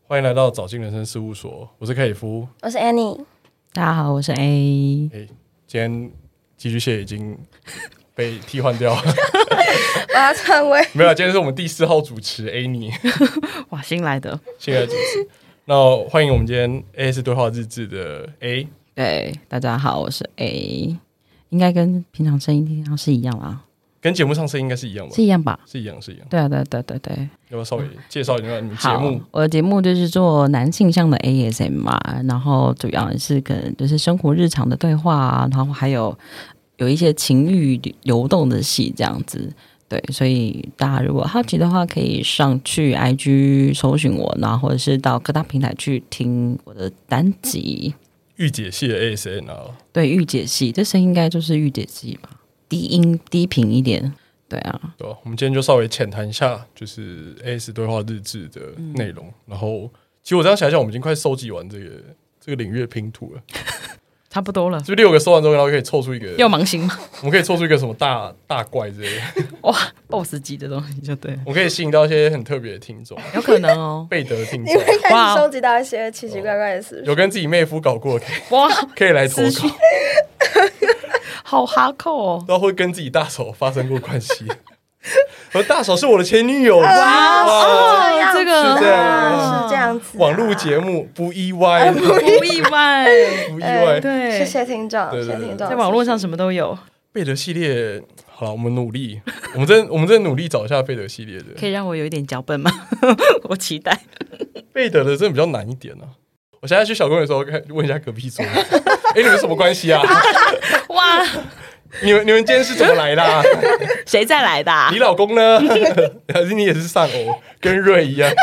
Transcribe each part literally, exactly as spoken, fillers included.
欢迎来到早进人生事务所，我是克里夫， 我是 Annie。 大家好，我是 A。 欸、今天寄居蟹已经被替换掉了， 把它篡位。 没有，今天是我们第四号主持 Annie， 哇，新来的， 新来主持。那欢迎我们今天 A S 对话日志的 A。 对，大家好，我是 A， 应该跟平常声音听到是一样啦， 跟节目上声音应该是一样吧？ 是一样吧？ 是一样，是一样。 对啊，对对对对。 要不要稍微介绍一下你们节目？ 我的节目就是做男性向的 A S M R， 然后主要是可能就是生活日常的对话啊，然后还有有一些情欲流动的戏这样子。对，所以大家如果好奇的话，可以上去 I G 搜寻我，然后或者是到各大平台去听我的单集。 御姐系的 A S M R， 对，御姐系，这声音应该就是御姐系吧，低音低频一点。对啊， 对吧？我们今天就稍微浅谈一下，就是 A S 对话日志的内容。嗯、然后，其实我这样想一想，我们已经快收集完这个这个领域的拼图了， 差不多了。 是不是六个收完之后，然后可以凑出一个？ 要盲行吗？ 我们可以凑出一个什么大大怪之类的？ 哇 ，boss 级的东西就对了。 我们可以吸引到一些很特别的听众， 有可能哦， 贝德听众。 你会开始收集到一些奇奇怪怪的事、哦， 有跟自己妹夫搞过的， 哇， 可以来投稿。 好哈扣哦， 然后会跟自己大嫂发生过关系。我大嫂是我的前女友， 哇， 哇，这个是这样，是这样子。 网络节目不意外， 不意外， 不意外。 对， 谢谢听众，谢谢听众。 在网络上什么都有。 贝德系列，好了，我们努力，我们真，我们真努力找一下贝德系列的。 可以让我有一点脚本吗？我期待。 贝德的真的比较难一点啊。我现在去小公园的时候，问一下隔壁桌，哎、欸，你们什么关系啊？ 哇！ 你们你们今天是怎么来的、啊？ 谁再来的、啊？ 你老公呢？还是你也是丧偶，跟瑞一样？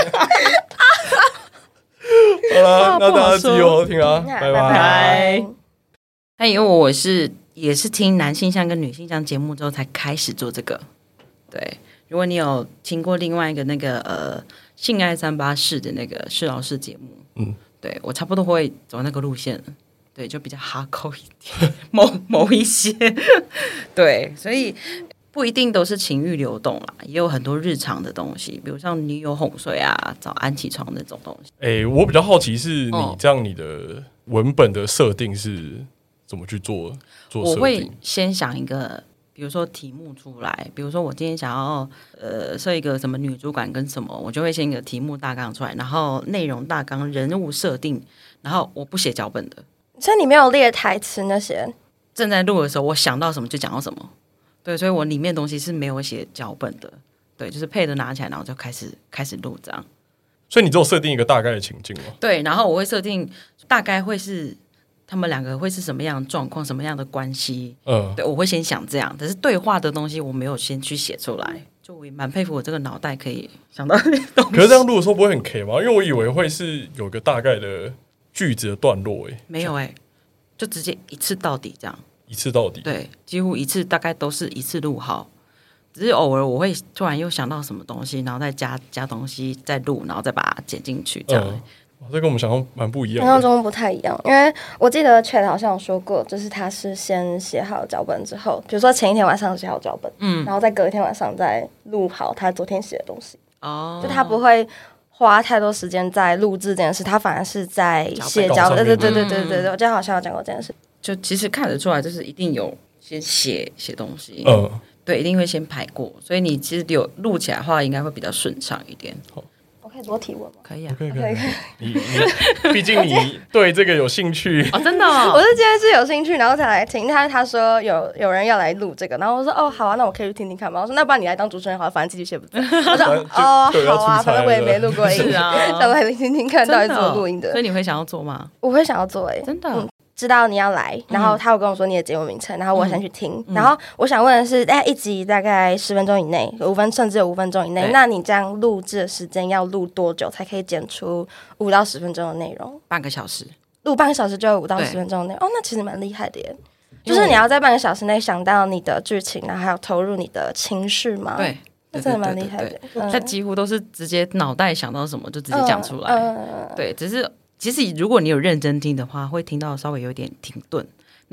好了，那大家自己好好听啊，拜拜。 那因为我是也是听男性向跟女性向节目之后才开始做这个。对，如果你有听过另外一个那个呃性爱三八室的那个施老师节目，嗯，对我差不多会走那个路线。对，就比较哈扣一点，某某一些，对，所以不一定都是情欲流动啦，也有很多日常的东西，比如像女友哄睡啊、早安起床那种东西。 哎、欸，我比较好奇是你这样，你的文本的设定是怎么去做？做设定？ 我会先想一个，比如说题目出来，比如说我今天想要呃设一个什么女主管跟什么，我就会先一个题目大纲出来，然后内容大纲、人物设定，然后我不写脚本的。 所以你没有列台词那些？ 正在录的时候，我想到什么就讲到什么。对，所以我里面东西是没有写脚本的。对，就是配的拿起来，然后就开始开始录这样。 所以你只有设定一个大概的情境吗？ 对，然后我会设定大概会是他们两个会是什么样的状况，什么样的关系。嗯，对，我会先想这样，但是对话的东西我没有先去写出来。就我也蛮佩服我这个脑袋可以想到那些东西。 可是这样录的时候不会很 K 吗？因为我以为会是有个大概的句子的段落、欸， 没有哎、欸，就直接一次到底这样， 一次到底， 对，几乎一次大概都是一次录好，只是偶尔我会突然又想到什么东西，然后再加加东西，再录，然后再把它剪进去，这样、欸。 嗯，这跟我们想象蛮不一样的， 想象中不太一样，因为我记得 Chat 好像有说过，就是他是先写好脚本之后，比如说前一天晚上写好脚本，嗯，然后再隔一天晚上再录好他昨天写的东西，哦，就他不会花太多时间在录制这件事，他反而是在写脚本。对对对对对对对，我记得好像有讲过这件事。 就其实看得出来，就是一定有先写写东西，嗯，对，一定会先排过，所以你其实有录起来的话，应该会比较顺畅一点。 我可以多提问吗？ 可以啊， 可以可以。你你，毕竟你对这个有兴趣哦，真的、哦。 我是今天是有兴趣，然后才来听。他他说有有人要来录这个，然后我说哦好啊，那我可以去听听看嘛。我说那不然你来当主持人好了，反正继续写不对。我说哦好啊，反正我也没录过音， 是啊， 想来听听看到底怎么录音的。 所以你会想要做吗？ 我会想要做哎、欸， 真的。嗯， 知道你要来，然后他有跟我说你的节目名称，然后我想去听、嗯、然后我想问的是大概一集大概十分钟以内，五分甚至有五分钟以内，那你这样录制的时间要录多久才可以剪出五到十分钟的内容？ 半个小时， 录半个小时就有五到十分钟的内容哦，那其实蛮厉害的耶。就是你要在半个小时内想到你的剧情，然后还有投入你的情绪嘛？ 对， 那真的蛮厉害的。 他、嗯、几乎都是直接脑袋想到什么就直接讲出来、嗯嗯。对，只是其实如果你有认真听的话，会听到稍微有点停顿，那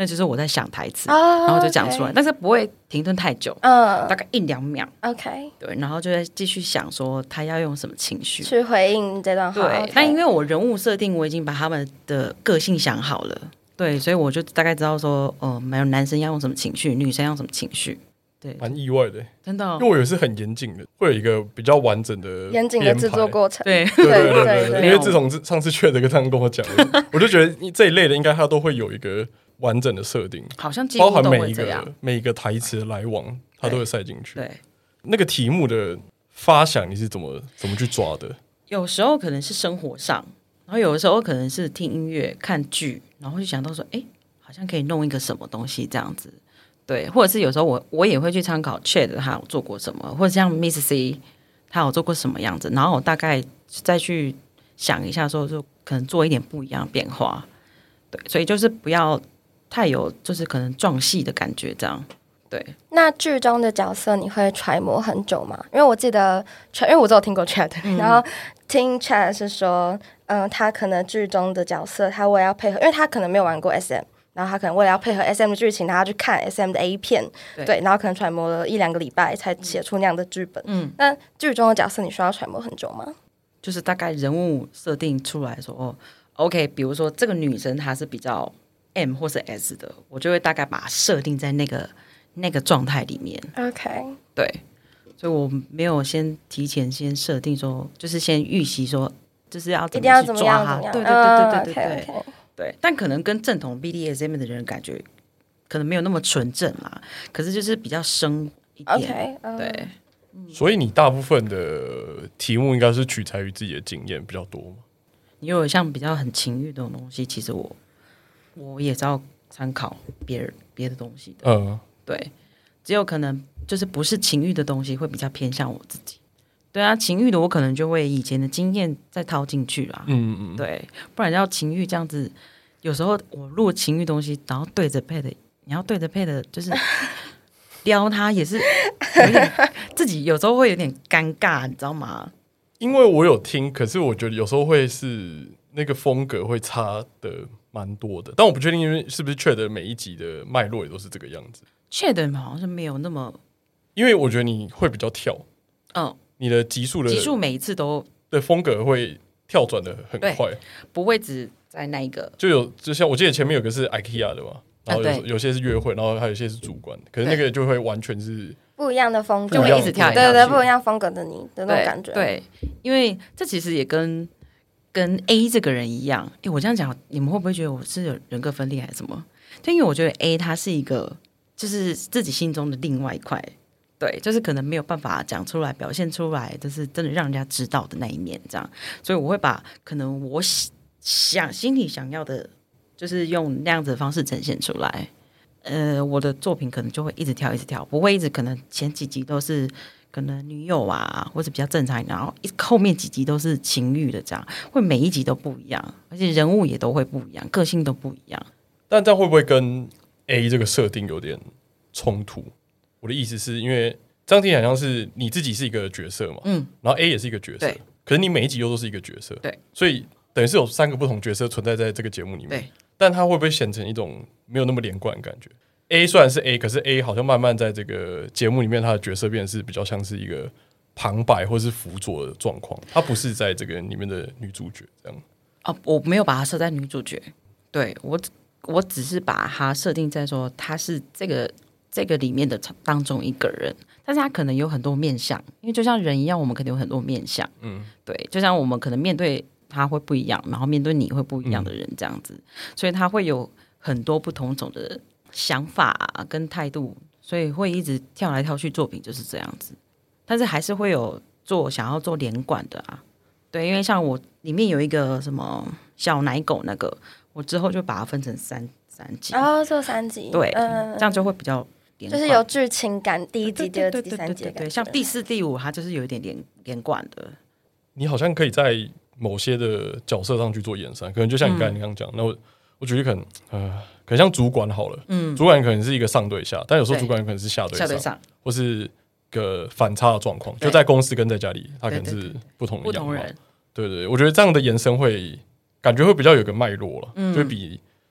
那就是我在想台词， 哦、 然后就讲出来， okay. 但是不会停顿太久，嗯，大概一两秒 ，OK， 对，然后就会继续想说他要用什么情绪去回应这段话。 对， okay. 但因为我人物设定我已经把他们的个性想好了，对，所以我就大概知道说，哦、呃，没有男生要用什么情绪，女生要用什么情绪。对， 蛮意外的， 真的、哦， 因为我以为是很严谨的，会有一个比较完整的严谨的制作过程。 对对对对 对, 对，因为自从上次确这个这样跟我讲，我就觉得这一类的应该它都会有一个完整的设定， 好像包含每一个每一个台词的来往，它都会塞进去。 对， 那个题目的发想你是怎么怎么去抓的？ 有时候可能是生活上，然后有的时候可能是听音乐、看剧，然后就想到说，哎，好像可以弄一个什么东西这样子。对，或者是有时候我我也会去参考 Chad 他有做过什么，或者像 Miss C 他有做过什么样子，然后我大概再去想一下说，就可能做一点不一样的变化。对，所以就是不要太有就是可能撞戏的感觉这样。对， 那剧中的角色你会揣摩很久吗？因为我记得，因为我只有听过 Chad，、嗯、然后听 Chad 是说，嗯、呃，他可能剧中的角色他为了要配合，因为他可能没有玩过 S M。然后他可能为了要配合 S M 的剧情，他要去看 S M 的 A 片， 对, 对，然后可能揣摩了一两个礼拜才写出那样的剧本。嗯，那剧中的角色你需要揣摩很久吗？ 就是大概人物设定出来说，哦 ，OK， 比如说这个女生她是比较 M 或是 S 的，我就会大概把它设定在那个那个状态里面。 OK， 对， 所以我没有先提前先设定说，就是先预习说，就是要怎么去抓她。对对对对对对对。 Uh, okay, okay. 对，但可能跟正统 B D S M 的人感觉可能没有那么纯正啦，可是就是比较生一点。Okay, uh, 对、 嗯，所以你大部分的题目应该是取材于自己的经验比较多吗？ 你有像比较很情欲这种东西，其实我我也是要参考别人别的东西的。嗯，对，只有可能就是不是情欲的东西会比较偏向我自己。对啊，情欲的我可能就会以前的经验再套进去啦。嗯嗯，对，不然要情欲这样子，有时候我录情欲东西，然后对着配的，你要对着配的，就是撩他也是有点自己有时候会有点尴尬，你知道吗？ 因为我有听，可是我觉得有时候会是那个风格会差的蛮多的，但我不确定因为是不是 Chad 每一集的脉络也都是这个样子。 Chad 好像是没有那么， 因为我觉得你会比较跳， 嗯。 你的集数的集数每一次都的风格会跳转的很快， 不会只在那一个。 就有就像我记得前面有个是 IKEA 的嘛，然后 有,、啊、有些是约会，然后还有一些是主观，可是那个就会完全是不一样的风格， 就会一直跳， 对对，不一样风格的你的那种感觉。 对，对因为这其实也跟跟 A 这个人一样。哎，我这样讲，你们会不会觉得我是有人格分裂还是什么？就因为我觉得 A 他是一个，就是自己心中的另外一块。对，就是可能没有办法讲出来、表现出来，就是真的让人家知道的那一面，这样。所以我会把可能我想心里想要的，就是用那样子的方式呈现出来。呃，我的作品可能就会一直跳，一直跳，不会一直可能前几集都是可能女友啊，或者比较正常，然后后面几集都是情欲的，这样会每一集都不一样，而且人物也都会不一样，个性都不一样。 但这样会不会跟 A 这个设定有点冲突？我的意思是因为这样听起来像是你自己是一个角色嘛，嗯，然后 A 也是一个角色，可是你每一集又都是一个角色， 对， 所以等于是有三个不同角色存在在这个节目里面，对，但它会不会显成一种没有那么连贯的感觉 ？A 虽然是 A， 可是 A 好像慢慢在这个节目里面，他的角色变成是比较像是一个旁白或是辅佐的状况，他不是在这个里面的女主角这样。 哦，我没有把她设在女主角，对我，我只是把她设定在说她是这个。这个里面的当中一个人，但是他可能有很多面向，因为就像人一样，我们可能有很多面向，嗯，对，就像我们可能面对他会不一样，然后面对你会不一样的人这样子，嗯、所以他会有很多不同种的想法、啊、跟态度，所以会一直跳来跳去，作品就是这样子，但是还是会有做想要做连贯的啊，对，因为像我里面有一个什么小奶狗那个，我之后就把它分成三三集， 哦，做三集， 对，嗯、这样就会比较。 就是有剧情感，第一集、第二集、第三集的感觉。 对，像第四、第五，它就是有一点连连贯的。 你好像可以在某些的角色上去做延伸，可能就像你刚才那样讲。那、嗯、我我觉得可能呃，可能像主管好了，嗯，主管可能是一个上对下，但有时候主管可能是下对 上, 下对上，或是个反差的状况，就在公司跟在家里，他可能是不同的样貌。对 对, 对，我觉得这样的延伸会感觉会比较有个脉络了，嗯、就会比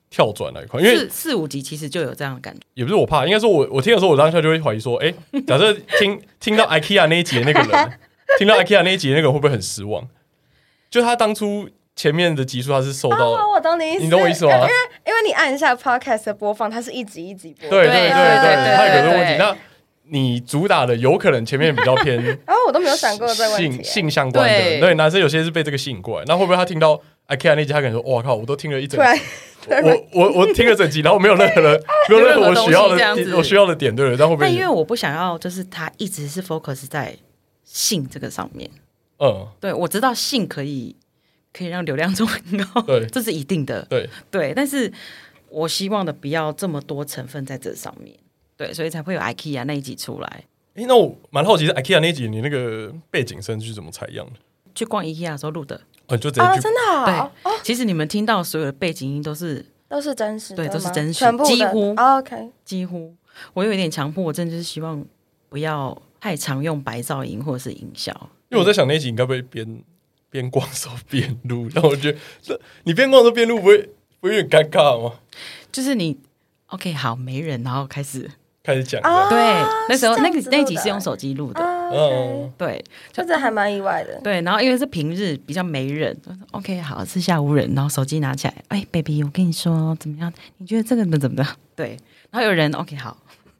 跳转那一块，因为四四五集其实就有这样的感觉。 也不是我怕，应该说我我听的时候，我当下就会怀疑说，哎、欸，假设听听到 IKEA 那一集的那个人，听到 IKEA 那一集的那个人会不会很失望？就他当初前面的集数，他是受到， 哦、我懂你意思， 你懂我意思吗？因为因为你按一下 podcast 的播放，它是一集一集播， 对对对对对，它有这个问题。 对那你主打的有可能前面比较偏， 然后我都没有想过这个问题、 性性相关的，对, 对男生有些是被这个吸引过来，那会不会他听到 IKEA 那集，他可能说，哇靠，我都听了一整集。我我我听了整集，然后没有任何的没有任何我需要的我需要的点，对不对？但会不会？ 但因为我不想要，就是他一直是 focus 在性这个上面。嗯，对，我知道性可以可以让流量中很高，对，这是一定的， 对对。但是我希望的不要这么多成分在这上面，对，所以才会有 IKEA 那一集出来。 哎，那我蛮好奇是 IKEA 那一集你那个背景声是怎么采样的？ 去逛 IKEA 的时候录的。 哦，就直接、哦、 真的、哦、 对、 哦， 其实你们听到所有的背景音都是都是真实的， 对，都是真实， 全部几乎、 哦、OK， 几乎。我有一点强迫，我真的就是希望不要太常用白噪音或者是音效， 因为我在想那一集你该不会边边逛的时候边录，然后我觉得你边逛的时候边录不会不会有点尴尬吗？ 就是你 OK 好没人，然后开始。 开始讲、 啊，对，那时候那个那一集是用手机录的， 嗯、okay ， 对， 就这还蛮意外的。 对，然后因为是平日比较没人 ，OK， 好，是下无人，然后手机拿起来，哎 ，baby， 我跟你说怎么样？你觉得这个怎么怎么样？对，然后有人 OK 好，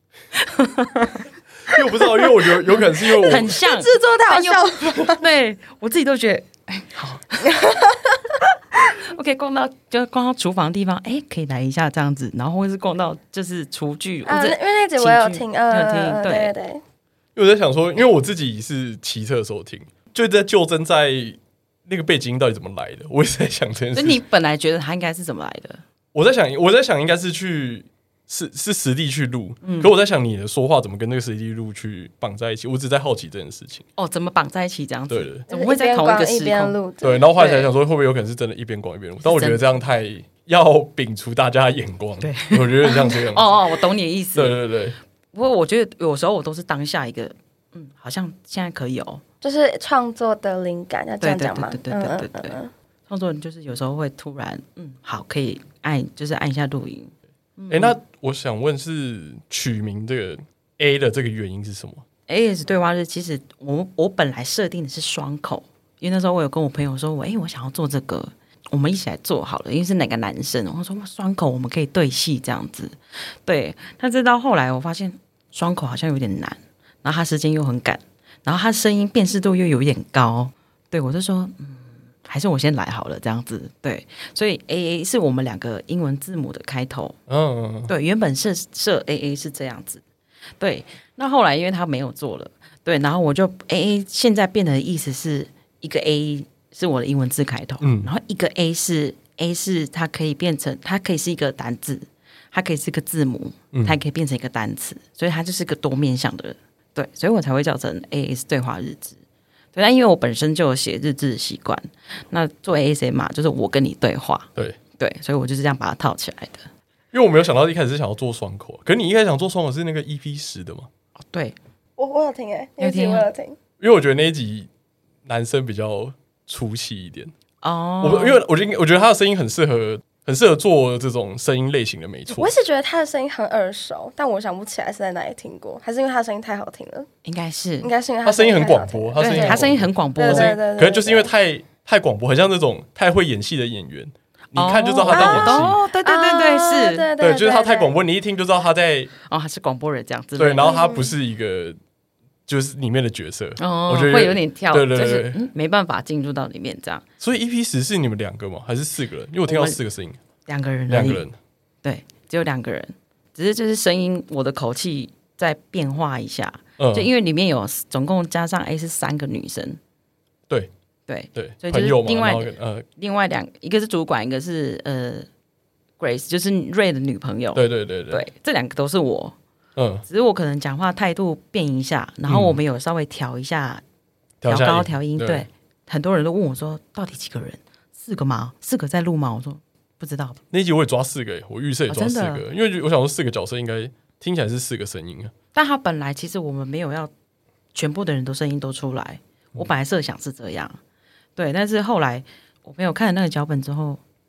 因为我不知道，因为我觉得有可能是因为我很像制作太好笑， 对我自己都觉得，哎，好。OK， 逛到就逛到厨房的地方，哎，可以来一下这样子，然后或是逛到就是厨具， 啊，因为那集我有听， 呃、有听， 对对对。 因为我在想说，因为我自己是骑车的时候听，就在纠正在那个背景音到底怎么来的，我也在想这件事。 你本来觉得它应该是怎么来的？ 我在想，我在想应该是去是是实地去录、嗯，可我在想你的说话怎么跟那个实地录去绑在一起，我只在好奇这件事情。 哦，怎么绑在一起这样子？ 对对， 怎么会在同一个时空？ 对，然后后来才想说，会不会有可能是真的一边逛一边录？但我觉得这样太要摒除大家的眼光，对，我觉得很像这样。 哦哦，我懂你的意思。 对对对。 不过我觉得有时候我都是当下一个，嗯，好像现在可以哦， 就是创作的灵感，要这样讲吗？ 对对对对对对对，创作人就是有时候会突然，嗯，好，可以按，就是按一下录音。 哎、欸，那我想问是取名这个 A 的这个原因是什么 ？A S 对话日其实我我本来设定的是双口，因为那时候我有跟我朋友说，我哎、欸，我想要做这个，我们一起来做好了，因为是哪个男生，我说双口我们可以对戏这样子。对，但是到后来我发现双口好像有点难，然后他时间又很赶，然后他声音辨识度又有点高，对我就说嗯。还是我先来好了，这样子对，所以 A A 是我们两个英文字母的开头，嗯，对，原本设设 A A 是这样子，对，那后来因为他没有做了，对，然后我就 A A 现在变的意思是一个 A 是我的英文字开头，嗯，然后一个 A 是 A 是它可以变成，它可以是一个单字，它可以是一个字母，它也可以变成一个单词，所以它就是个多面向的，对，所以我才会叫成 A A 是对话日志。对，但因为我本身就有写日志的习惯，那做 A S M R 就是我跟你对话， 对对，所以我就是这样把它套起来的。 因为我没有想到一开始是想要做双口，可是你一开始想做双口是那个 E P 十的吗？ 哦，对， 我我有听哎、欸，那集我有听， 因为我觉得那一集男生比较粗气一点哦， 我因为我觉得我觉得他的声音很适合。很适合做这种声音类型的，没错。 我是觉得他的声音很耳熟，但我想不起来是在哪里听过，还是因为他的声音太好听了？ 应该是， 应该是因为他声音很广播，他声音他声音很广播， 对对对， 可能就是因为太太广播，很像那种太会演戏的演员，你看就知道他在演戏。 哦，对对对对，是， 对对，就是他太广播，你一听就知道他在哦，他是广播人这样子。 对，然后他不是一个就是里面的角色， 哦， 我觉得会有点跳， 对对对， 就是嗯，没办法进入到里面这样。 所以 E P 十是你们两个吗？还是四个人？因为我听到四个声音。 两个人， 两个人， 对，只有两个人，只是就是声音，我的口气再变化一下，嗯，就因为里面有总共加上 A 是三个女生， 对对对， 所以就是另外呃另外两一个是主管，一个是呃 Grace， 就是瑞的女朋友， 对对对对, 对，这两个都是我， 嗯， 只是我可能讲话态度变一下，然后我们有稍微调一下，调、嗯、高调音，对, 对，很多人都问我说，到底几个人？四个吗？四个在录吗？我说。不知道那一集我也抓四个，我预设也抓四个，哦，因为我想说四个角色应该听起来是四个声音啊。 但他本来其实我们没有要全部的人都声音都出来，我本来设想是这样，对。但是后来我朋友看了那个脚本之后，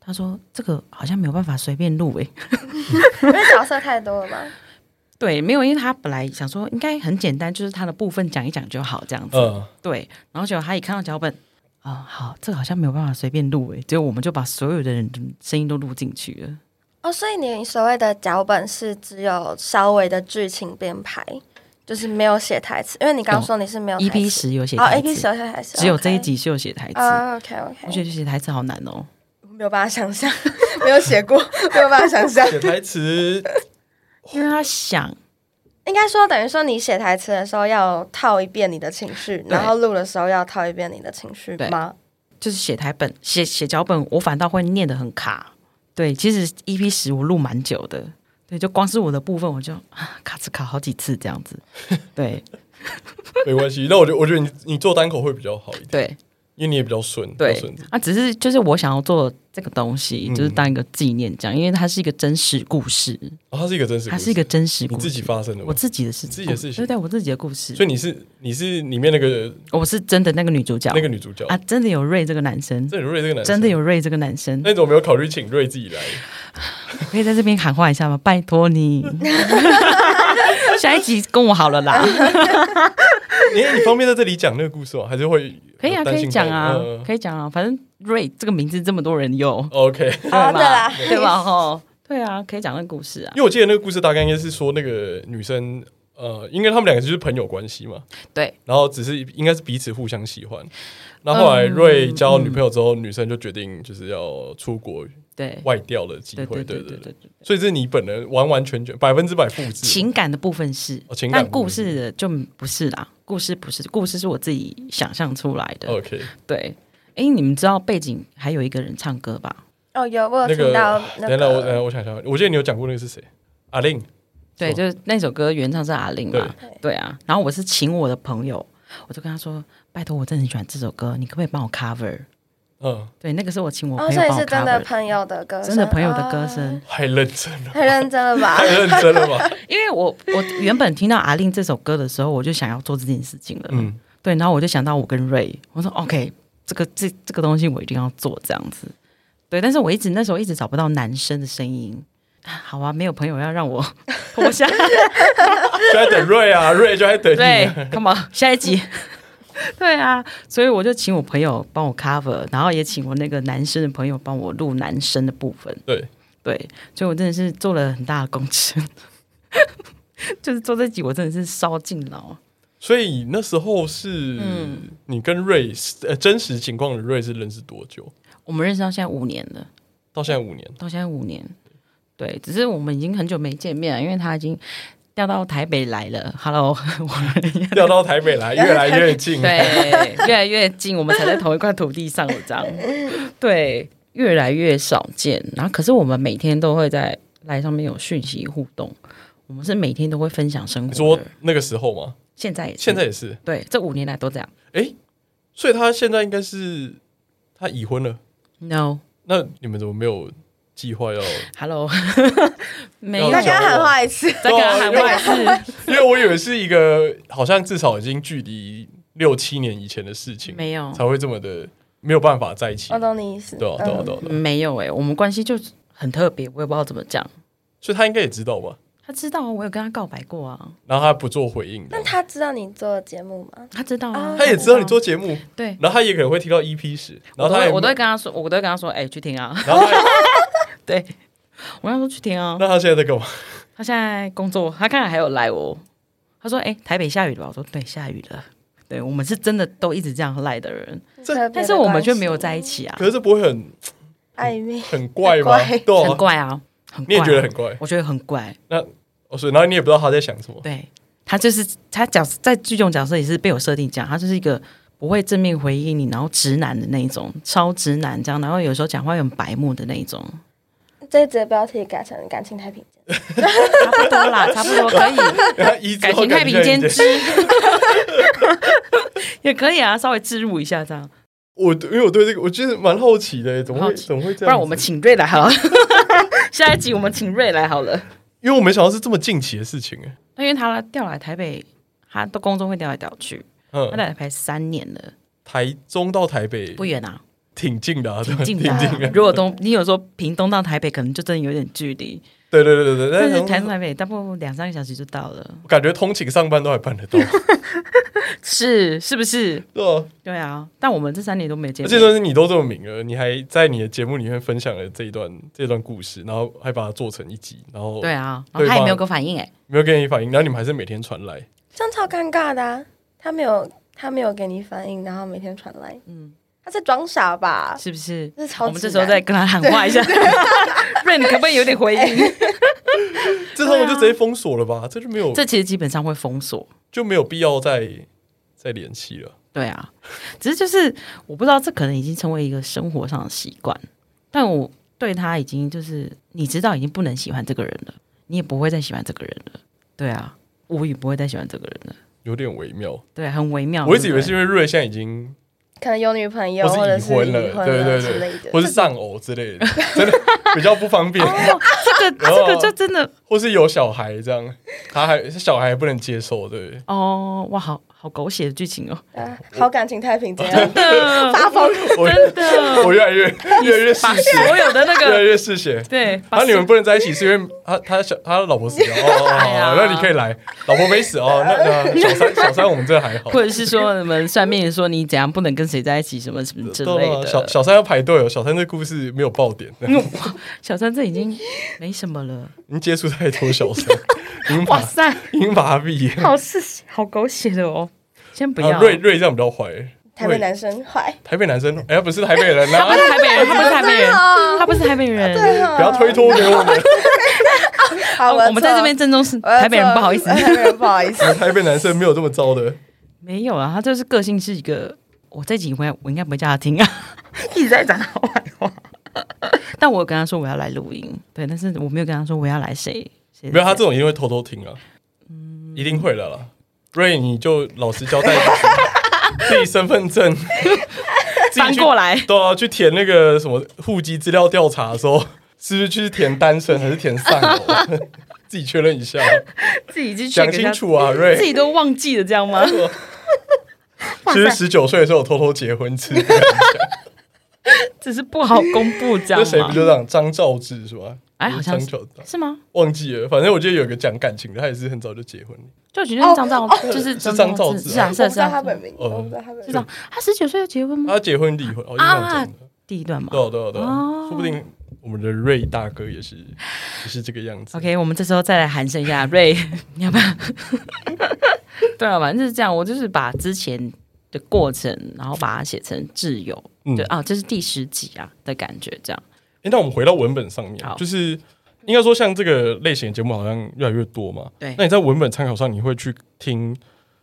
他说这个好像没有办法随便录诶， 因为角色太多了嘛。 对，没有，因为他本来想说应该很简单，就是他的部分讲一讲就好这样子。嗯，对。然后结果他一看到脚本，啊、哦，好，这个好像没有办法随便录诶，结果我们就把所有的人的声音都录进去了。 哦，所以你所谓的脚本是只有稍微的剧情编排，就是没有写台词，因为你刚刚说你是没有台词。 E P 十有写台词， 哦 ，E P 十有写台词， 只有这一集是有写台词。 啊 ，OK OK， 我觉得写台词好难哦， 没有办法想象，没有写过，没有办法想象写台词。 因为他想， 应该说等于说你写台词的时候要套一遍你的情绪，然后录的时候要套一遍你的情绪吗？ 就是写台本、写写脚本，我反倒会念得很卡。对，其实 E P 十我录蛮久的，对，就光是我的部分我就啊卡词卡好几次这样子。对， 没关系。那我觉得我觉得你你做单口会比较好一点。 对。 因为你也比较顺， 对啊，只是就是我想要做这个东西，嗯、就是当一个纪念这样，因为它是一个真实故事。 哦，它是一个真实故事， 它是一个真实故事， 你自己发生的吗？ 我自己的事情， 自己的事情， 对对，我自己的故事。 所以你是你是里面那个， 我是真的那个女主角， 那个女主角啊，真的有瑞这个男生， 真的有瑞这个男生， 真的有瑞这个男生。 那你怎么没有考虑请瑞自己来？ 可以在这边喊话一下吗？拜托你，下一集跟我好了啦。 你你方便在这里讲那个故事吗？还是会？ 可以啊，可以讲啊，呃、可以讲啊。反正瑞这个名字这么多人用 ，OK， 对吧？对吧？哦，对啊，可以讲那个故事啊。 因为我记得那个故事大概应该是说那个女生，呃，因为他们两个就是朋友关系嘛， 对。 然后只是应该是彼此互相喜欢。然后后来瑞交女朋友之后，嗯、女生就决定就是要出国， 对外调的机会，对对对对。 所以这是你本人完完全全百分之百复制。 情感的部分是， 哦、情感但故事的就不是啦。故事不是，故事是我自己想象出来的。 OK， 对。哎，你们知道背景还有一个人唱歌吧？ 哦，有，我有听到那个。 等等，我等我想想，我记得你有讲过那个是谁？阿令。 对，就是那首歌原唱是阿令嘛。 对, 对啊，然后我是请我的朋友，我就跟他说：“拜托，我真的很喜欢这首歌，你可不可以帮我 cover？” 嗯，对，那个是我请我朋友帮我 cover，、哦、 所以是真的朋友的歌声， 真的朋友的歌声， 太认真了， 太认真了吧？ 太认真了吧？ 因为我我原本听到阿令这首歌的时候，我就想要做这件事情了，嗯，对，然后我就想到我跟瑞，我说 OK， 这个这这个东西我一定要做这样子，对，但是我一直那时候一直找不到男生的声音，好啊，没有朋友要让我脱下， 就在等瑞啊，瑞就在等你， 对 ，Come on， 下一集。对啊，所以我就请我朋友帮我 cover， 然后也请我那个男生的朋友帮我录男生的部分。 对对，所以我真的是做了很大的工程，就是做这集我真的是烧尽脑。 所以那时候是你跟瑞、嗯呃、真实情况的瑞是认识多久？ 我们认识到现在五年了， 到现在五年， 到现在五年。对，只是我们已经很久没见面了，因为他已经调到台北来了 ，Hello， 调到台北来，越来越近， 对，越来越近，我们才在同一块土地上了，这样，对，越来越少见。然后，可是我们每天都会在赖上面有讯息互动，我们是每天都会分享生活。 你说那个时候吗？ 现在也是， 现在也是， 对，这五年来都这样。 哎，所以他现在应该是他已婚了 ？No， 那你们怎么没有？计划要 Hello， 没有， 再跟他喊话一次， 再跟他喊话一次， 因为我以为是一个好像至少已经距离六七年以前的事情， 没有才会这么的没有办法在一起。 我懂你意思， 对啊，对啊，对啊， 嗯、没有哎、欸，我们关系就很特别，我也不知道怎么讲。 所以他应该也知道吧？ 他知道，我有跟他告白过啊。 然后他不做回应， 那他知道你做的节目吗？ 他知道啊， 他也知道你做节目， 对。 然后他也可能会听到 E P 十，然后他我都会跟他说，我都会跟他说，哎、欸，去听啊。 然后他对。我跟他说去听啊。 那他现在在干嘛？ 他现在工作，他刚才还有来我。他说：“哎、欸，台北下雨了吧？”我说：“对，下雨了。”对，我们是真的都一直这样赖的人，但是我们却没有在一起啊。 可是这不会很暧昧、 很怪吗？ 对、啊，很怪啊，很怪、啊。 你也觉得很怪？ 我觉得很怪。 那哦，所以然后你也不知道他在想什么。 对，他就是他角在剧中角色也是被我设定这样，他就是一个不会正面回应你，然后直男的那一种，超直男这样，然后有时候讲话又很白目的那一种。 这一则标题改成感情太平间， 差不多啦，差不多可以。感情太平间之也可以啊，稍微置入一下这样。 我因为我对这个我觉得蛮好奇的，怎么会怎么会这样？ 不然我们请瑞来好了，下一集我们请瑞来好了。 因为我没想到是这么近期的事情哎。 因为他调来台北，他的工作会调来调去，嗯，他来台北三年了。 台中到台北不远啊。 挺近的、啊， 挺近的、啊。如果东你有时候屏东到台北，可能就真的有点距离。 对对对对对， 但是台中台北大不多两三个小时就到了。 我感觉通勤上班都还办得到， 是是不是？ 对啊， 对啊。但我们这三年都没见面， 而且说是你都这么明了，你还在你的节目里面分享了这一段这段故事，然后还把它做成一集，然后对啊，然后他也没有给我反应哎、欸， 没有给你反应，然后你们还是每天传来， 这样超尴尬的、啊。他没有他没有给你反应，然后每天传来，嗯。他在装傻吧？ 是不是？ 是超我们这时候再跟他喊话一下，不然你可不可以有点回应？ 这时候我就直接封锁了吧，这就没有， 这其实基本上会封锁， 就没有必要再再联系了。 对啊，只是就是我不知道，这可能已经成为一个生活上的习惯，但我对他已经就是你知道已经不能喜欢这个人了，你也不会再喜欢这个人了。对啊，我也不会再喜欢这个人了， 有点微妙， 对，很微妙。 我一直以为是因为瑞现在已经。 可能有女朋友， 或是已婚了，对对对，或是丧偶之类的，真的比较不方便。 哦、这个这个就真的， 或是有小孩这样，他还小孩还不能接受，对。 哦，哇，好好狗血的剧情哦， 啊、好感情太平，真的发疯， 真的， 我越来越越来越嗜血， 所有的那个越来越嗜血。 对， 然后你们不能在一起，是因为他他小他老婆死了哦，哦那你可以来，老婆没死哦，那那小三小三我们这还好， 或者是说你们算命说你怎样不能跟谁在一起，什么什么之类的。 小小三要排队哦，小三这故事没有爆点， 小三这已经没什么了， 已经接触太多小三， 哇塞， 已经把他毕业， 好是好狗血的哦。先不要， 瑞瑞这样比较坏。 台北男生坏， 台北男生，哎、欸，不是台北人啊， 他不是台北人，他不是台北人，他不是台北人， 不要推脱给我们。 好， 我们在这边郑重是台北人，不好意思， 台北人不好意思， 台北男生没有这么糟的， 没有啊，他就是个性是一个，我这集回来我应该不会叫他听啊，一直在讲他坏话，但我有跟他说我要来录音，对，但是我没有跟他说我要来谁， 没有，他这种一定会偷偷听啊，嗯，一定会的啦。瑞，你就老实交代自己身份证， 翻过来， 对啊，去填那个什么户籍资料调查的时候，是不是去填单身还是填丧偶？自己确认一下， 自己去讲清楚啊，瑞， 自己都忘记了这样吗？ 其实十九岁的时候我偷偷结婚吃， 只是不好公布这样吗？ 这谁不就这样？张兆志是吧？ 哎，好像是是吗？ 忘记了，反正我记得有一个讲感情的，他也是很早就结婚了。 就觉得是张兆，就是是张兆志， 是啊是啊是啊， 他本名，我不知道他本名， 是这样。他十九岁就结婚吗？ 他结婚离婚哦，啊， 第一段嘛， 对对对，说不定我们的瑞大哥也是也是这个样子。 OK， 我们这时候再来寒暄一下瑞，你要不要？对啊，反正就是这样。我就是把之前的过程，然后把它写成挚友，对啊，这是第十集啊的感觉，这样。 哎，那我们回到文本上面，就是应该说像这个类型的节目好像越来越多嘛。 对， 那你在文本参考上，你会去听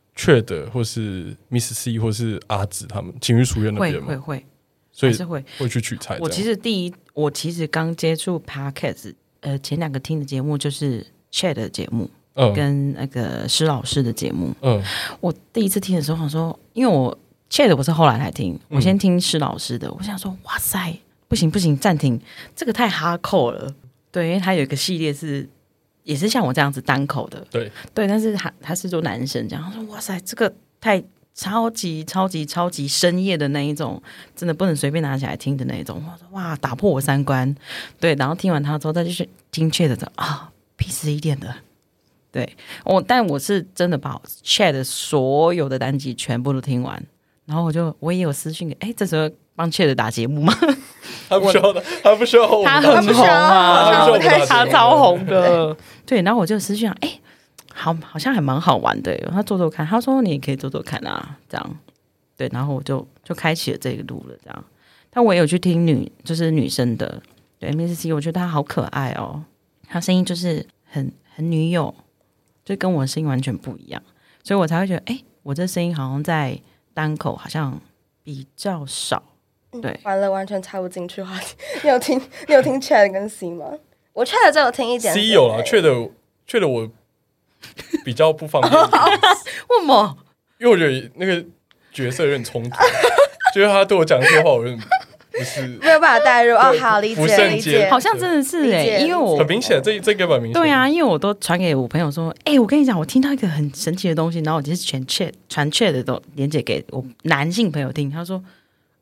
Chad 或是 Miss C 或是阿紫他们情欲书院那边吗？ 会会会， 所以是会会去取材。 我其实第一，我其实刚接触 Podcast， 呃，前两个听的节目就是 Chad 的节目。嗯、跟那个施老师的节目，嗯，我第一次听的时候，想说，因为我 Chad 我是后来才听，我先听施老师的，我想说，哇塞，不行不行，暂停，这个太哈扣了，对，因为他有一个系列是也是像我这样子单口的， 对对，但是他他是做男生这样，他说哇塞，这个太超级超级超级深夜的那一种，真的不能随便拿起来听的那一种，我说哇，打破我三观，对，然后听完他之后再去听 Chad 的啊，屁事一点的。对，我但我是真的把 Chad 所有的单集全部都听完，然后我就我也有私讯给，哎，这时候帮 Chad 打节目吗？ 他不需要，他不需要， 他很红啊， 他, 他超红的。对，然后我就私讯，哎，好，好像还蛮好玩的，他做做看，他说你也可以做做看啊，这样。对，然后我就就开启了这个路了，这样。但我也有去听女，就是女生的，对 Miss C， 我觉得她好可爱哦，她声音就是很很女友。就跟我的声音完全不一样，所以我才会觉得，哎、欸，我这声音好像在单口好像比较少。对， 嗯、完了，完全插不进去话题。你有听你有听 Chad 跟 C 吗？我 Chad 只有听一点点。 C 有啦 ，Chad Chad 我比较不方便。 为什么？ 因为我觉得那个角色有点冲突，就是他对我讲这些话，我有点。不是没有办法带入哦，好理解理解， 好像真的是哎、欸，因为我很明显，这这个蛮明显。 对啊，因为我都传给我朋友说，哎、欸，我跟你讲，我听到一个很神奇的东西，然后我就是全 chat 传 chat 的都连接给我男性朋友听，他说，哎、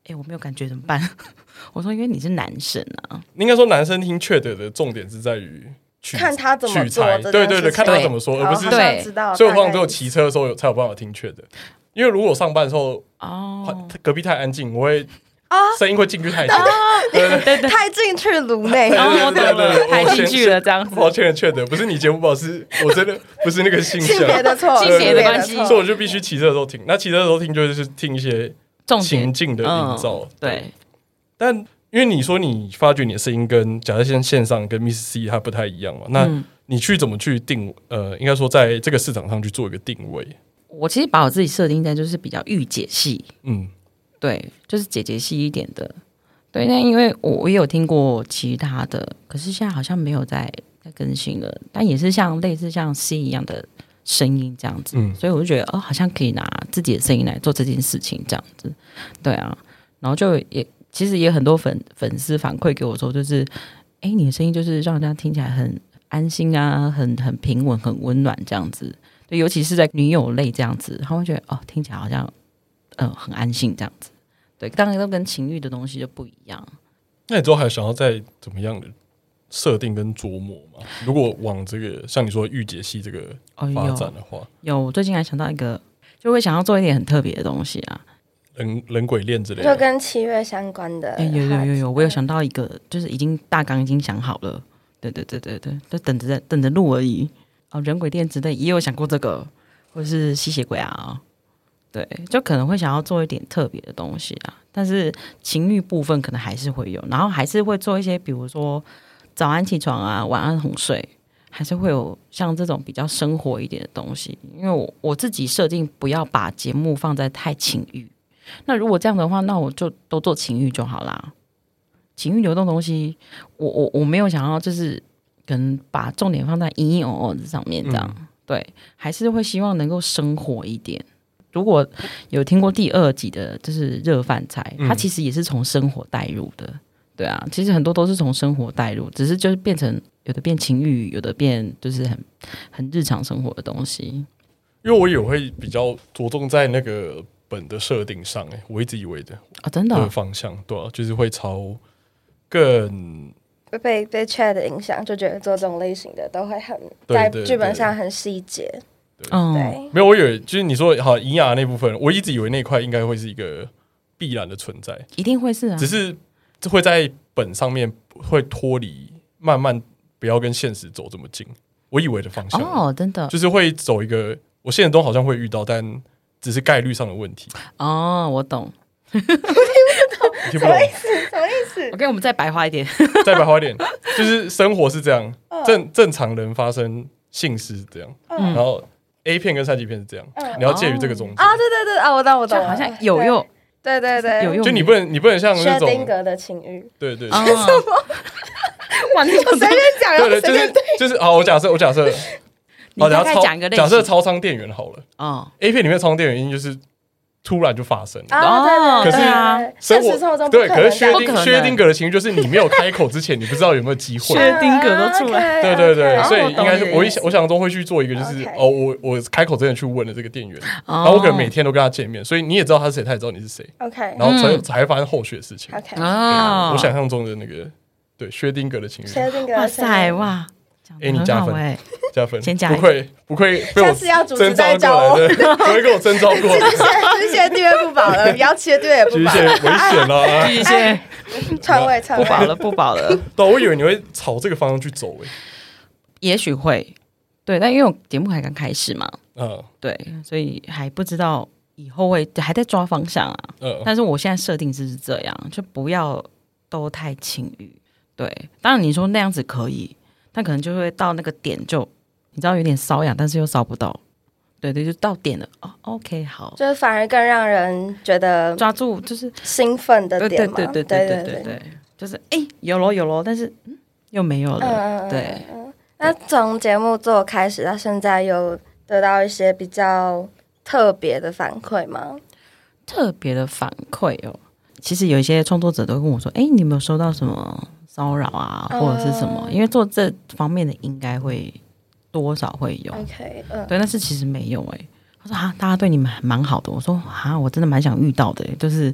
哎，我没有感觉怎么办？我说因为你是男生啊， 应该说男生听确的的重点是在于看他怎么做， 对对对，看他怎么说，而不是对。 所以我通常只有骑车的时候有才有办法听确的，因为如果上班的时候哦，隔壁太安静，我会声音会进去太近， 对对对，太进去颅内， 对对对，太进去了这样子。 抱歉确的，不是你节目不好，是我真的不是那个性性别的错， 性别的关系， 所以我就必须骑车的时候听。那骑车的时候听就是听一些情境的营造， 对。 但因为你说你发觉你的声音跟假设线线上跟 Miss C 它不太一样嘛，那你去怎么去定？呃，应该说在这个市场上去做一个定位。 我其实把我自己设定在就是比较御姐系， 嗯， 对，就是姐姐系一点的，对。那因为我我也有听过其他的，可是现在好像没有在在更新了，但也是像类似像 C 一样的声音这样子，嗯，所以我就觉得哦，好像可以拿自己的声音来做这件事情这样子，对啊，然后就也。其实也很多粉粉丝反馈给我说，就是哎，你的声音就是让人家听起来很安心啊，很很平稳，很温暖这样子。对，尤其是在女友类这样子，他会觉得哦，听起来好像嗯、呃、很安心这样子。对，当然都跟情欲的东西就不一样。 那你之后还想要再怎么样的设定跟琢磨吗？如果往这个像你说御姐系这个发展的话， 哦、有, 有我最近还想到一个，就会想要做一点很特别的东西啊。 人人鬼恋之类的， 就跟七月相关的。 哎、欸，有有有有，我有想到一个，就是已经大纲已经想好了。对对对对对，就等着在等着录而已。哦，人鬼恋之类也有想过这个，或是吸血鬼啊。对，就可能会想要做一点特别的东西啊，但是情欲部分可能还是会有，然后还是会做一些，比如说早安起床啊，晚安哄睡，还是会有像这种比较生活一点的东西。因为我我自己设定不要把节目放在太情欲。那如果这样的话，那我就都做情欲就好啦。情欲流动东西，我我我没有想要就是可能把重点放在隐隐哦哦上面这样、嗯，对，还是会希望能够生活一点。如果有听过第二集的，就是热饭菜，它其实也是从生活带入的，对啊，其实很多都是从生活带入，只是就是变成有的变情欲，有的变就是很很日常生活的东西。 因为我也会比较着重在那个。本的设定上、欸，我一直以为的啊，真的、哦、 的方向，对啊，就是会朝更被被 Chad 的影响，就觉得做这种类型的都会很在剧本上很细节。 对，对没有，我以为就是你说好营养那部分，我一直以为那块应该会是一个必然的存在， 一定会是啊， 只是会在本上面会脱离，慢慢不要跟现实走这么近。我以为的方向哦，真的就是会走一个，我现实中好像会遇到，但。只是概率上的问题哦，我懂。 我听不懂，什么意思？什么意思 ？OK， 我们再白话一点， 再白话一点，就是生活是这样，正正常人发生性事是这样，嗯、然后 A 片跟三级片是这样，嗯、你要介于这个中间啊，对对对啊，我懂我懂， 好像有用， 对对对， 有用， 就你不能你不能像那种薛丁格的情欲， 对对， 对什么？哇，你我随便讲， 对对，就是就是好，我假设我假设。 你大概讲一个类型， 假设超商店员好了， 哦 ，A 片里面超商店员就是突然就发生了， 哦， 可是现实生活中对，可是薛丁薛丁格的情绪就是你没有开口之前，你不知道有没有机会， 薛丁格都出来， 对对对，所以应该是我一我想中会去做一个，就是哦，我我开口之前去问了这个店员，然后我可能每天都跟他见面，所以你也知道他是谁，他也知道你是谁 ，OK， 然后才才发生后续的事情 ，OK， 我想象中的那个对薛丁格的情绪， 薛丁格， 哇塞哇。 哎，你加分，加分， 先加， 不愧不愧被我征召过来的，不会跟我征召过。 巨蟹地位不保了，不要切地位也不保， 巨蟹危险了， 巨蟹篡位篡位不保了，不保了。 对，我以为你会朝这个方向去走，哎， 也许会，对，但因为我节目还刚开始嘛， 嗯， 对，所以还不知道以后会还在抓方向啊。嗯，但是我现在设定是这样，就不要都太情欲。对，当然你说那样子可以。但可能就会到那个点就，你知道有点瘙痒，但是又搔不到，对对，就到点了哦。OK， 好， 就是反而更让人觉得抓住，就是兴奋的点嘛。 对对对对对对对，就是哎、欸、有咯有咯，但是、嗯、又没有了。嗯、对、 嗯。那从节目做开始到现在，有得到一些比较特别的反馈吗？ 特别的反馈哦，其实有一些创作者都跟我说，哎、欸，你有没有收到什么？骚扰啊，或者是什么？嗯、因为做这方面的应该会多少会有 ，OK， 嗯， 对，但是其实没有哎、欸。他说啊，大家对你们蛮好的。我说啊，我真的蛮想遇到的、欸，就是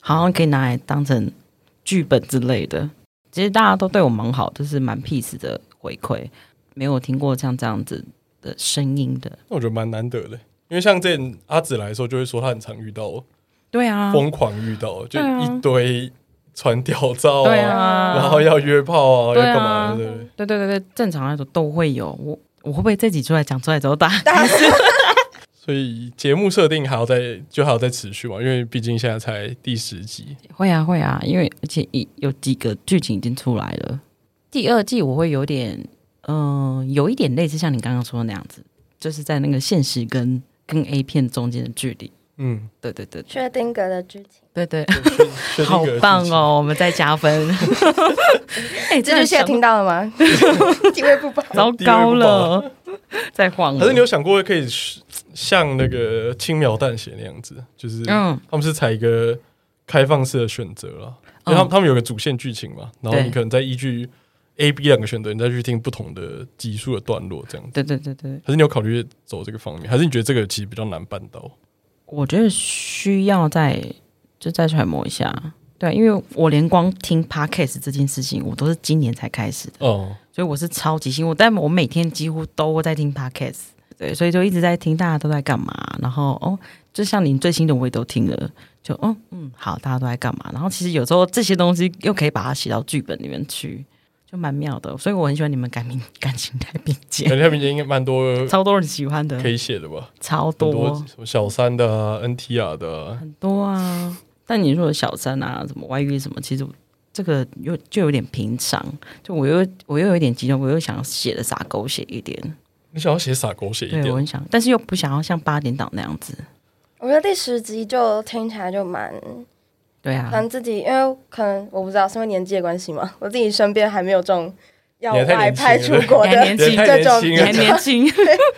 好像可以拿来当成剧本之类的。其实大家都对我蛮好，就是蛮 peace 的回馈，没有听过像这样子的声音的。 那我觉得蛮难得的，因为像之前阿紫来的时候，就会说他很常遇到， 对啊， 疯狂遇到，就一堆传屌照啊， 对啊， 然后要约炮啊， 对啊要干嘛的？ 对对对对，正常来说都会有。我我会不会这集出来讲出来之后大家大家所以节目设定还要再就还要再持续嘛，因为毕竟现在才第十集。 会啊会啊，因为而且有几个剧情已经出来了。第二季我会有点，嗯、呃，有一点类似像你刚刚说的那样子，就是在那个现实跟跟 A 片中间的距离。嗯，对对对， 薛丁格的剧情， 对对，好棒哦！我们再加分。 哎，这句现在听到了吗？地位不保， 糟糕了，再晃了。 可是你有想过可以像那个轻描淡写那样子，就是他们是采一个开放式的选择了，因为他们他们有个主线剧情嘛，然后你可能再依据 A、B 两个选择，你再去听不同的集数的段落，这样子。 对对对对。 可是你有考虑走这个方面，还是你觉得这个其实比较难办到？ 我觉得需要再就再揣摩一下，对，因为我连光听 podcast 这件事情，我都是今年才开始的，哦，所以我是超级新，我但我每天几乎都在听 podcast， 对，所以就一直在听大家都在干嘛，然后哦，就像你最新的我也都听了，就哦嗯好，大家都在干嘛，然后其实有时候这些东西又可以把它写到剧本里面去。就蛮妙的，所以我很喜欢你们感情感情太并肩， 感情太并肩应该蛮多， 超多人喜欢的， 可以写的吧？ 超多， 多什么小三的啊 ，N T R 的啊， 很多啊。但你说小三啊，什么外遇什么，其实这个又就有点平常，就我又我又有一点激动，我又想写的洒狗血一点。 你想要写洒狗血一点？ 对，我很想，但是又不想要像八点档那样子。 我觉得第十集就听起来就蛮。 对啊， 可能自己因为可能我不知道是因为年纪的关系嘛，我自己身边还没有这种要外派出国的这种， 你还年轻，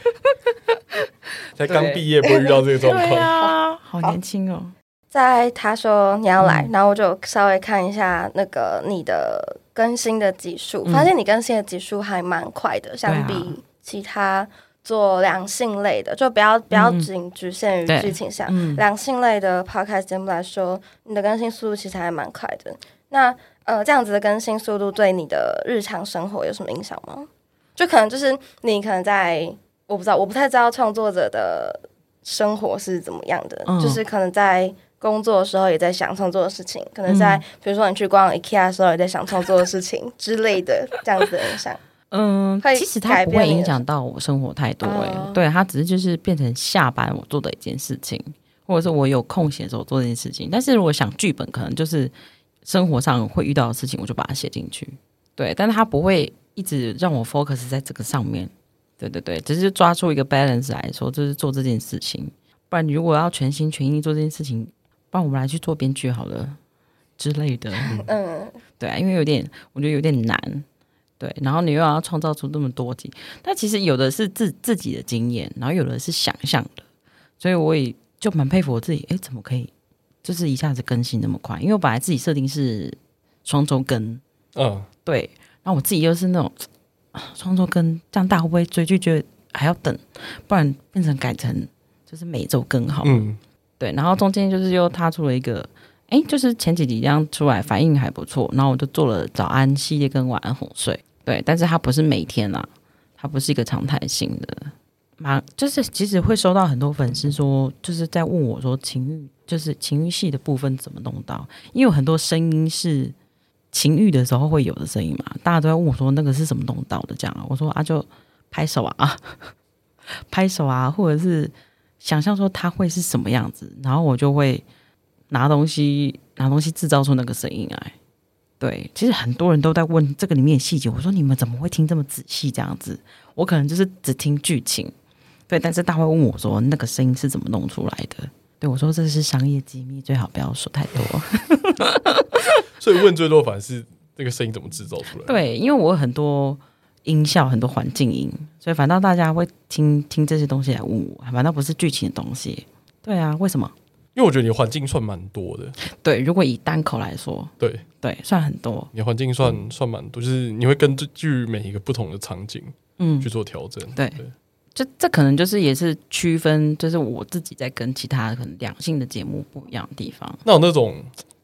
才刚毕业不会遇到这个状况， 对啊，好年轻哦。 在他说你要来，嗯、然后我就稍微看一下那个你的更新的集数，嗯、发现你更新的集数还蛮快的，相比其他。做两性类的，就不要不要仅局限于剧情上。嗯、两性类的 podcast 节目来说，你的更新速度其实还蛮快的。那呃，这样子的更新速度对你的日常生活有什么影响吗？就可能就是你可能在我不知道，我不太知道创作者的生活是怎么样的，嗯、就是可能在工作的时候也在想创作的事情，可能在、嗯、比如说你去逛 IKEA 的时候也在想创作的事情之类的，这样子的影响。 嗯，其实它不会影响到我生活太多哎、欸，哦、对，它只是就是变成下班我做的一件事情，或者是我有空闲的时候做这件事情。但是如果想剧本，可能就是生活上会遇到的事情，我就把它写进去。对，但是它不会一直让我 focus 在这个上面。对对对，只是抓出一个 balance 来说，就是做这件事情。不然你如果要全心全意做这件事情，不然我们来去做编剧好了之类的。嗯，对啊，因为有点，我觉得有点难。对，然后你又要创造出这么多集，但其实有的是自自己的经验，然后有的是想象的，所以我也就蛮佩服我自己，哎，怎么可以就是一下子更新那么快？因为我本来自己设定是双周更，嗯，对，然后我自己又是那种双周更，这样大家会不会追剧觉得还要等？不然变成改成就是每周更好，嗯，对，然后中间就是又踏出了一个。哎，就是前几集这样出来反应还不错，然后我就做了早安系列跟晚安哄睡，对，但是它不是每天啦，它不是一个常态性的，蛮就是其实会收到很多粉丝说，就是在问我说情欲就是情欲系的部分怎么弄到，因为有很多声音是情欲的时候会有的声音嘛，大家都在问我说那个是怎么弄到的这样，我说啊就拍手啊，拍手啊，或者是想象说它会是什么样子，然后我就会。拿东西拿东西制造出那个声音来，对，其实很多人都在问这个里面的细节，我说你们怎么会听这么仔细这样子？我可能就是只听剧情，对，但是大家会问我说那个声音是怎么弄出来的？对我说这是商业机密，最好不要说太多。 所以问最多反而是这个声音怎么制造出来？ 对，因为我有很多音效，很多环境音，所以反倒大家会听听这些东西来问我，反倒不是剧情的东西。对啊，为什么？ 因为我觉得你的环境算蛮多的， 对，如果以单口来说， 对对，算很多。 你的环境算、嗯、算蛮多，就是你会根据每一个不同的场景，嗯，去做调整。 对，对就这可能就是也是区分，就是我自己在跟其他可能两性的节目不一样的地方。 那有那种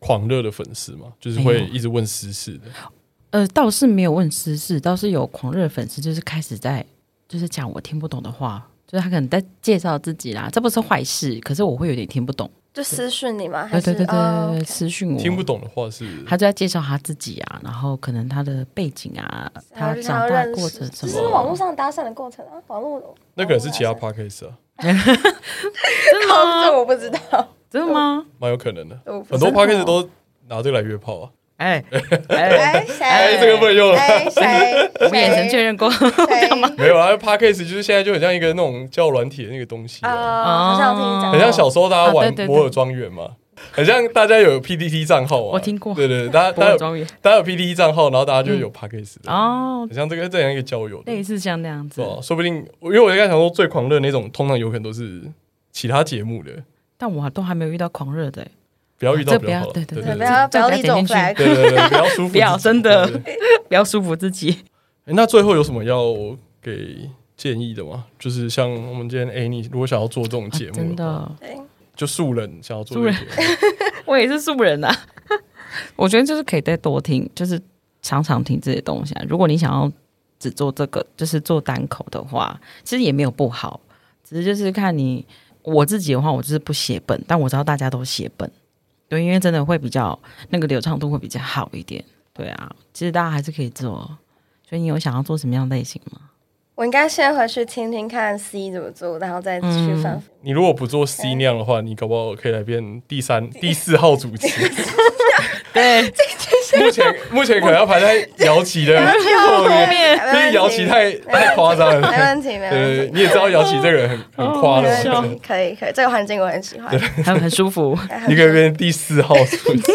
狂热的粉丝吗？就是会一直问私事的？ 呃，倒是没有问私事，倒是有狂热粉丝，就是开始在就是讲我听不懂的话，就是他可能在介绍自己啦，这不是坏事，可是我会有点听不懂。 就私讯你吗？还是对对对对、 哦 okay、私讯我。 听不懂的话是他就在介绍他自己啊，然后可能他的背景啊，他长大过程什么， 这是网络上搭讪的过程啊，网络那可能是其他 podcast 啊。 真的吗？ 这我不知道， 真的吗？ 蛮有可能的，很多 podcast 都拿这个来约炮啊。 哎哎哎，这个不能用了。 哎，谁？ 我们眼神确认过，干嘛？ 没有啊 ，podcast 就是现在就很像一个那种交友软体的那个东西啊，好像听你讲， 很像小时候大家玩啊、 摩尔庄园嘛。很像大家有 P T T 账号啊， 我听过。 对对对，大家大家有大家有 P T T 账号，然后大家就有 podcast 的、嗯、哦，很像这个这样一个交友的， 类似像那样子、 啊，说不定因为我刚才想说最狂热的那种，通常有可能都是其他节目的， 但我都还没有遇到狂热的、欸， 不要遇到比较好， 对对对，不要不要立这种 flag， 对对对，不要舒服， 不要真的不要舒服自己。 欸、那最后有什么要给建议的吗？就是像我们今天 Annie 如果想要做这种节目、啊， 真的， 就素人想要做这个节目。 我也是素人啊，我觉得就是可以再多听，就是常常听这些东西啊。如果你想要只做这个，就是做单口的话，其实也没有不好，只是就是看你。我自己的话，我就是不写本，但我知道大家都写本，对，因为真的会比较那个流畅度会比较好一点，对啊。其实大家还是可以做，所以你有想要做什么样类型吗？ 我应该先回去听听看 C 怎么做，然后再去反复、 嗯。你如果不做 C 那样的话，你搞不好可以来变第三、第四号主持。 对， 目前目前可能要排在姚琦的后面，因为姚琦太太夸张了。 没问题，没问题。 你也知道姚琦这个人很很夸的， 可以可以，这个环境我很喜欢， 很很舒服。 你可以变第四号主持。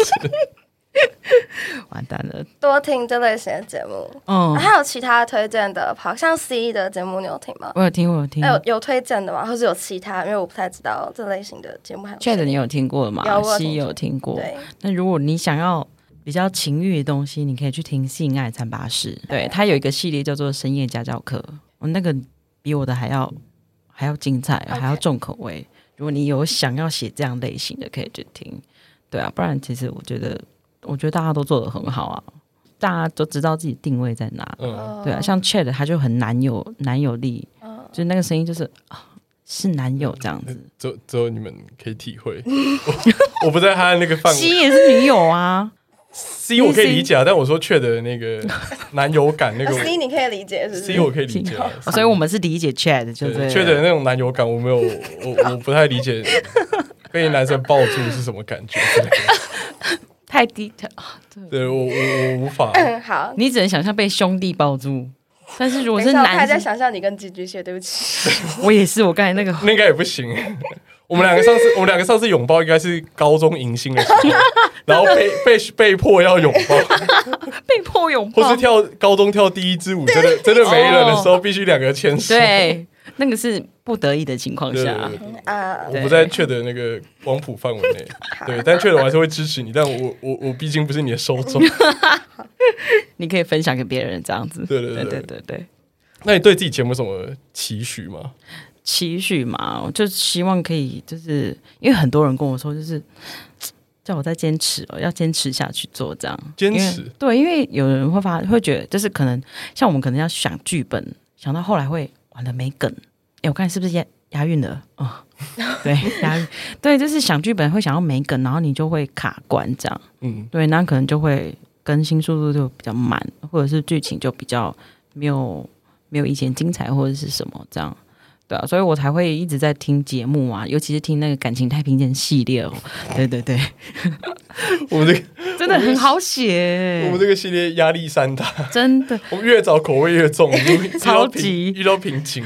完蛋了， 多听这类型的节目。嗯、啊，还有其他推荐的，好像 C 的节目你有听吗？ 我有听，我有听。 有有推荐的吗？或是有其他？因为我不太知道这类型的节目还有。 Chat 你有听过吗？ 有 C 有听过。 对。 那如果你想要比较情欲的东西，你可以去听性爱餐巴士。对，它有一个系列叫做深夜家教课，我那个比我的还要还要精彩， okay. 还要重口味。如果你有想要写这样类型的，可以去听。对啊，不然其实我觉得。我觉得大家都做得很好啊，大家都知道自己定位在哪。嗯，对啊，像 Chat 他就很男友男友力，嗯、就是那个声音就是啊是男友这样子。 只有只有你们可以体会，我, 我不在他的那个范围。 C 也是女友啊 ，C 我可以理解啊，但我说 Chat 的那个男友感那个 ，C 你可以理解是不是 ？C 我可以理解、啊， 所以我们是理解 Chat， 就对。 Chat 的那种男友感，我没有，我我不太理解被男生抱住是什么感觉。 太低啊！ 对我我我无法、 嗯。好， 你只能想象被兄弟抱住，但是如果是男生， 我还在想象你跟寄居蟹，对不起。 我也是，我刚才那个那应该也不行。我们两个上次，我们两个上次拥抱应该是高中迎新的时候，然后被被被迫要拥抱， 被迫拥抱， 或是跳高中跳第一支舞，真的真的没人的时候，必须两个牵手。 对。那个是不得已的情况下， 对对对对啊，我不在Chat的那个光谱范围内，对，但Chat我还是会支持你，但我我我毕竟不是你的受众， 你可以分享给别人这样子， 对对对对对对对。 那你对自己节目有什么期许吗？ 期许嘛，我就希望可以，就是因为很多人跟我说，就是叫我再坚持哦，要坚持下去做这样， 坚持对，因为有人会发会觉得，就是可能像我们可能要想剧本，想到后来会。完了没梗，哎，我看是不是押押韵了？哦，对，押韵，对，就是想剧本会想要没梗，然后你就会卡关这样，嗯，对，那可能就会更新速度就比较慢，或者是剧情就比较没有没有以前精彩或者是什么这样，对啊，所以我才会一直在听节目啊，尤其是听那个感情太平间系列哦，对对对， 我们这个真的很好写， 我们这个系列压力山大， 真的， 我们越找口味越重， 超级遇到瓶颈。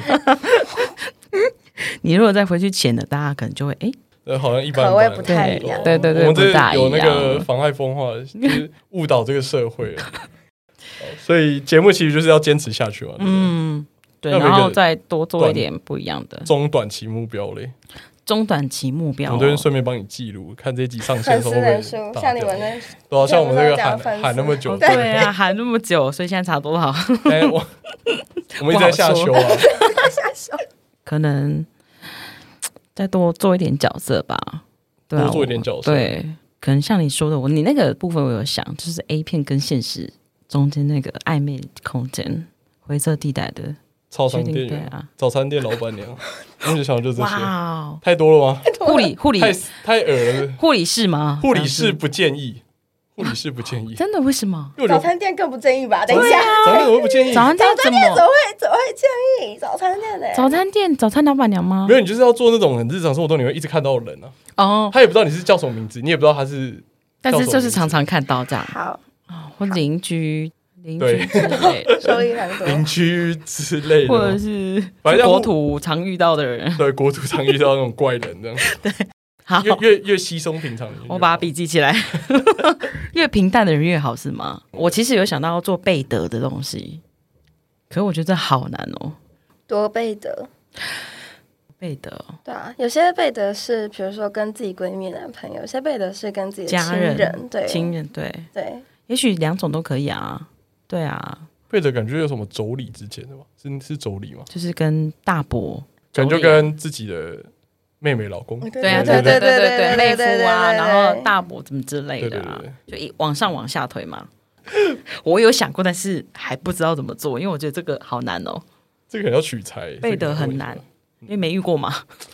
你如果再回去潜的，大家可能就会哎， 呃，好像一般口味不太一样， 对对对， 我们这有那个妨害风化，就是误导这个社会了。所以节目其实就是要坚持下去嘛，嗯。 对，然后再多做一点不一样的中短期目标嘞。 中短期目标、哦， 我们这边顺便帮你记录，看这一集上线的时候会不会像你们那， 对啊，像我们这个喊喊那么久， 对啊，喊那么久，所以现在差多少？ 哎，我我们一直在下修啊， 下修， 可能再多做一点角色吧，对啊， 多做一点角色， 对， 可能像你说的，我你那个部分我有想，就是 A 片跟现实中间那个暧昧空间、灰色地带的。 超商店员、啊、早餐店老板娘，我就想就这些，哇，太多了吗？ 护理护理太太恶了， 护理室吗？ 护理室不建议，护理室不建议， 真的？为什么？ 早餐店更不建议吧？等一下， 早餐店怎么不建议？ 早餐店怎么怎么会怎么会建议早餐店呢？ 早餐店早餐老板娘吗？ 没有，你就是要做那种很日常生活中你会一直看到的人啊。哦，他也不知道你是叫什么名字，你也不知道他是， 但是就是常常看到这样。 好， 或邻居。邻居之类的， 收益很多。 邻居之类的， 或者是国土常遇到的人， 对，国土常遇到那种怪人这样。 对，好， 越越越稀松平常。 我把笔记起来，越平淡的人越好，是吗？我其实有想到要做背德的东西，可是我觉得这好难哦。 多背德， 背德， 对啊，有些背德是，比如说跟自己闺蜜、男朋友；有些背德是跟自己的家人、 人，对， 亲人，对对， 也许两种都可以啊。对啊， 背德感觉有什么妯娌之间的吗？是是妯娌吗？ 就是跟大伯， 可能就跟自己的妹妹老公， 对啊，对对对对对，妹夫啊，然后大伯怎么之类的啊，就一往上往下推嘛。我有想过，但是还不知道怎么做，因为我觉得这个好难哦。 这个要取材， 背德很难，因为没遇过嘛。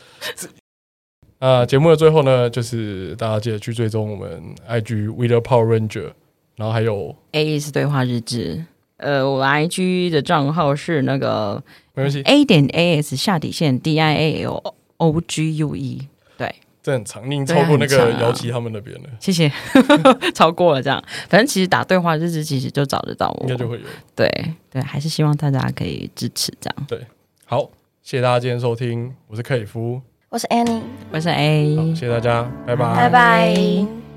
啊，节目的最后呢，就是大家记得去追踪我们 I G We The Power Ranger。然后还有 A 是对话日志，呃，我 I G 的账号是那个没关系 A 点 A S 下底线 D I A L O G U E， 对， 这很长，您超过那个姚琪他们那边了， 谢谢，超过了这样，反正其实打对话日志其实就找得到我， 应该就会有， 对对，还是希望大家可以支持这样， 对，好，谢谢大家今天收听，我是克里夫， 我是 Annie， 我是 A， 好，谢谢大家，拜拜， 拜拜。